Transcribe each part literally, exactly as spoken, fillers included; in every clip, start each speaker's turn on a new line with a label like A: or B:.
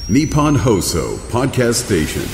A: Nippon Hoso Podcast Station。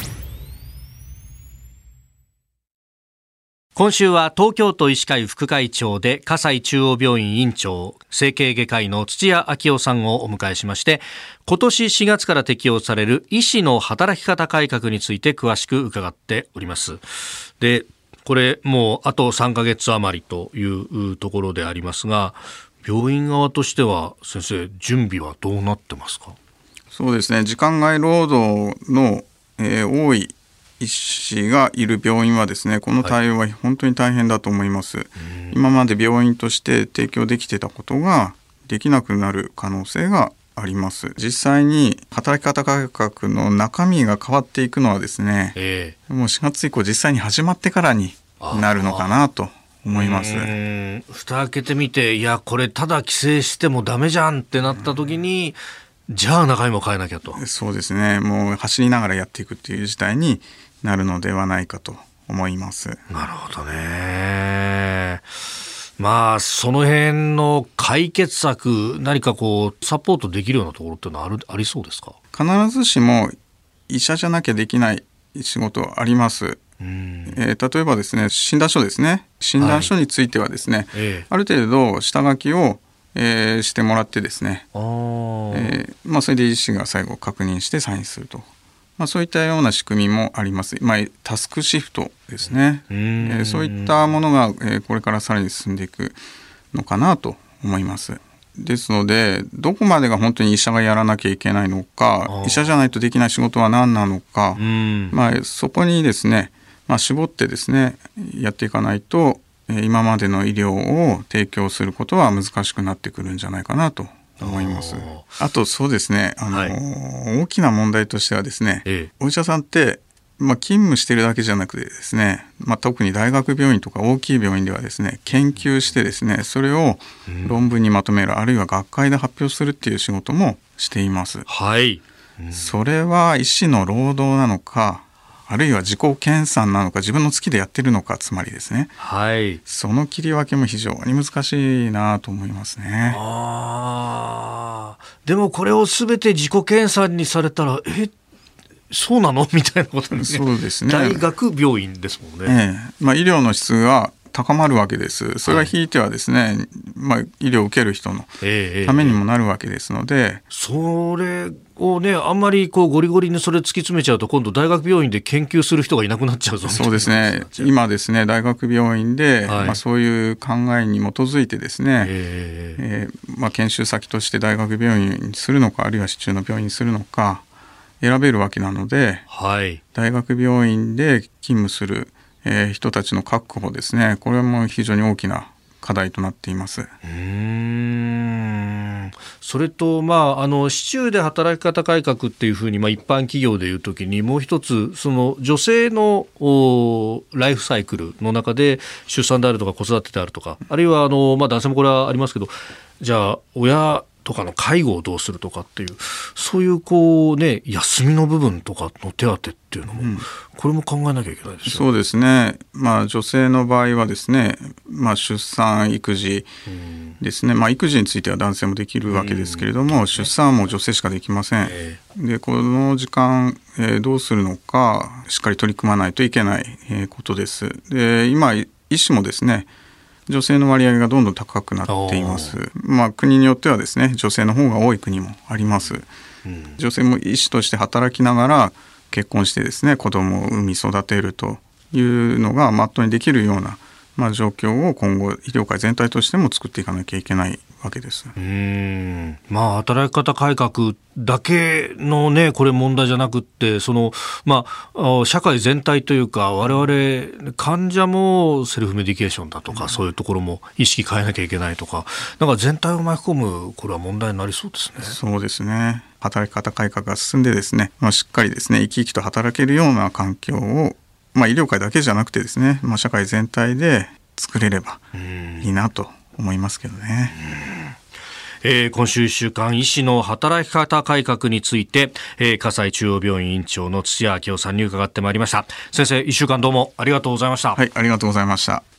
B: 今週は東京都医師会副会長で葛西中央病院院長、整形外科医の土屋昭夫さんをお迎えしまして、今年しがつから適用される医師の働き方改革について詳しく伺っております。で、これもうあとさんかげつ余りというところでありますが、病院側としては先生、準備はどうなってますか？
C: そうですね、時間外労働の、えー、多い医師がいる病院はですね、この対応は本当に大変だと思います、はい、今まで病院として提供できてたことができなくなる可能性があります。実際に働き方改革の中身が変わっていくのはですね、えー、もうしがつ以降実際に始まってからになるのかなと思います。
B: うーん、蓋開けてみて、いやこれただ規制してもダメじゃんってなった時に、じゃあ中身も変えなきゃと。そうですね、
C: もう走りながらやっていくっていう事態になるのではないかと思います。
B: なるほどね。まあその辺の解決策、何かこうサポートできるようなところっていうのはある、ありそうですか？
C: 必ずしも医者じゃなきゃできない仕事あります。うんえー、例えばですね、診断書ですね、診断書についてはですね、はいええ、ある程度下書きをえー、してもらってですね、あ、えーまあ、それで医師が最後確認してサインすると、まあ、そういったような仕組みもあります。まあ、タスクシフトですね、えー、そういったものが、えー、これからさらに進んでいくのかなと思います。ですので、どこまでが本当に医者がやらなきゃいけないのか、医者じゃないとできない仕事は何なのか、まあ、そこにですね、まあ、絞ってですねやっていかないと今までの医療を提供することは難しくなってくるんじゃないかなと思います。あとそうですね、あの、はい、大きな問題としてはですね、ええ、お医者さんって、まあ、勤務してるだけじゃなくてですね、まあ、特に大学病院とか大きい病院ではですね、研究してですね、それを論文にまとめる、うん、あるいは学会で発表するっていう仕事もしています。はい、うん、それは医師の労働なのか、あるいは自己研鑽なのか、自分の好きでやってるのか、つまりですね、はい、その切り分けも非常に難しいなと思いますね。
B: あ、でもこれを全て自己研鑽にされたら、えそうなのみたいなことですね。そうですね、大学病院ですもんね、
C: ええ、まあ、医療の質が高まるわけです。それはひいてはですね、はい、まあ、医療を受ける人のためにもなるわけですので、ええ、
B: それをね、あんまりこうゴリゴリにそれ突き詰めちゃうと、今度大学病院で研究する人がいなくなっちゃうぞ。
C: そうですね、今ですね、大学病院で、はい、まあ、そういう考えに基づいてですね、えええーまあ、研修先として大学病院にするのか、あるいは市中の病院にするのか選べるわけなので、はい、大学病院で勤務するえー、人たちの確保ですね、これも非常に大きな課題となっています。うー
B: ん、それと、まあ、あの市中で働き方改革っていうふうに、まあ、一般企業でいうときにもう一つ、その女性のライフサイクルの中で出産であるとか子育てであるとか、あるいはあの、まあ、男性もこれはありますけど、じゃあ親とかの介護をどうするとかっていう、そういうこうね、休みの部分とかの手当っていうのも、うん、これも考えなきゃいけないですよ。
C: そうですね、まあ、女性の場合はですね、まあ、出産育児ですね、まあ、育児については男性もできるわけですけれども、出産はもう女性しかできません。でこの時間、えー、どうするのかしっかり取り組まないといけない、えー、ことです。で今医師もですね、女性の割合がどんどん高くなっています。まあ、国によってはですね、女性の方が多い国もあります、うん、女性も医師として働きながら結婚してですね、子供を産み育てるというのがまっとうにできるような、まあ、状況を今後医療界全体としても作っていかなきゃいけないわけです。
B: うーん、まあ、働き方改革だけのね、これ問題じゃなくって、その、まあ、社会全体というか、我々患者もセルフメディケーションだとか、うん、そういうところも意識変えなきゃいけないとか、なんか全体を巻き込む、これは問題になりそうですね。
C: そうですね、働き方改革が進んでですね、まあ、しっかりですね、生き生きと働けるような環境を、まあ、医療界だけじゃなくてですね、まあ、社会全体で作れればいいなと思いますけどね。
B: えー、今週いっしゅうかん、医師の働き方改革について、えー、葛西中央病院院長の土屋昭夫さんに伺ってまいりました。先生、いっしゅうかんどうもありがとうございました。
C: はい、ありがとうございました。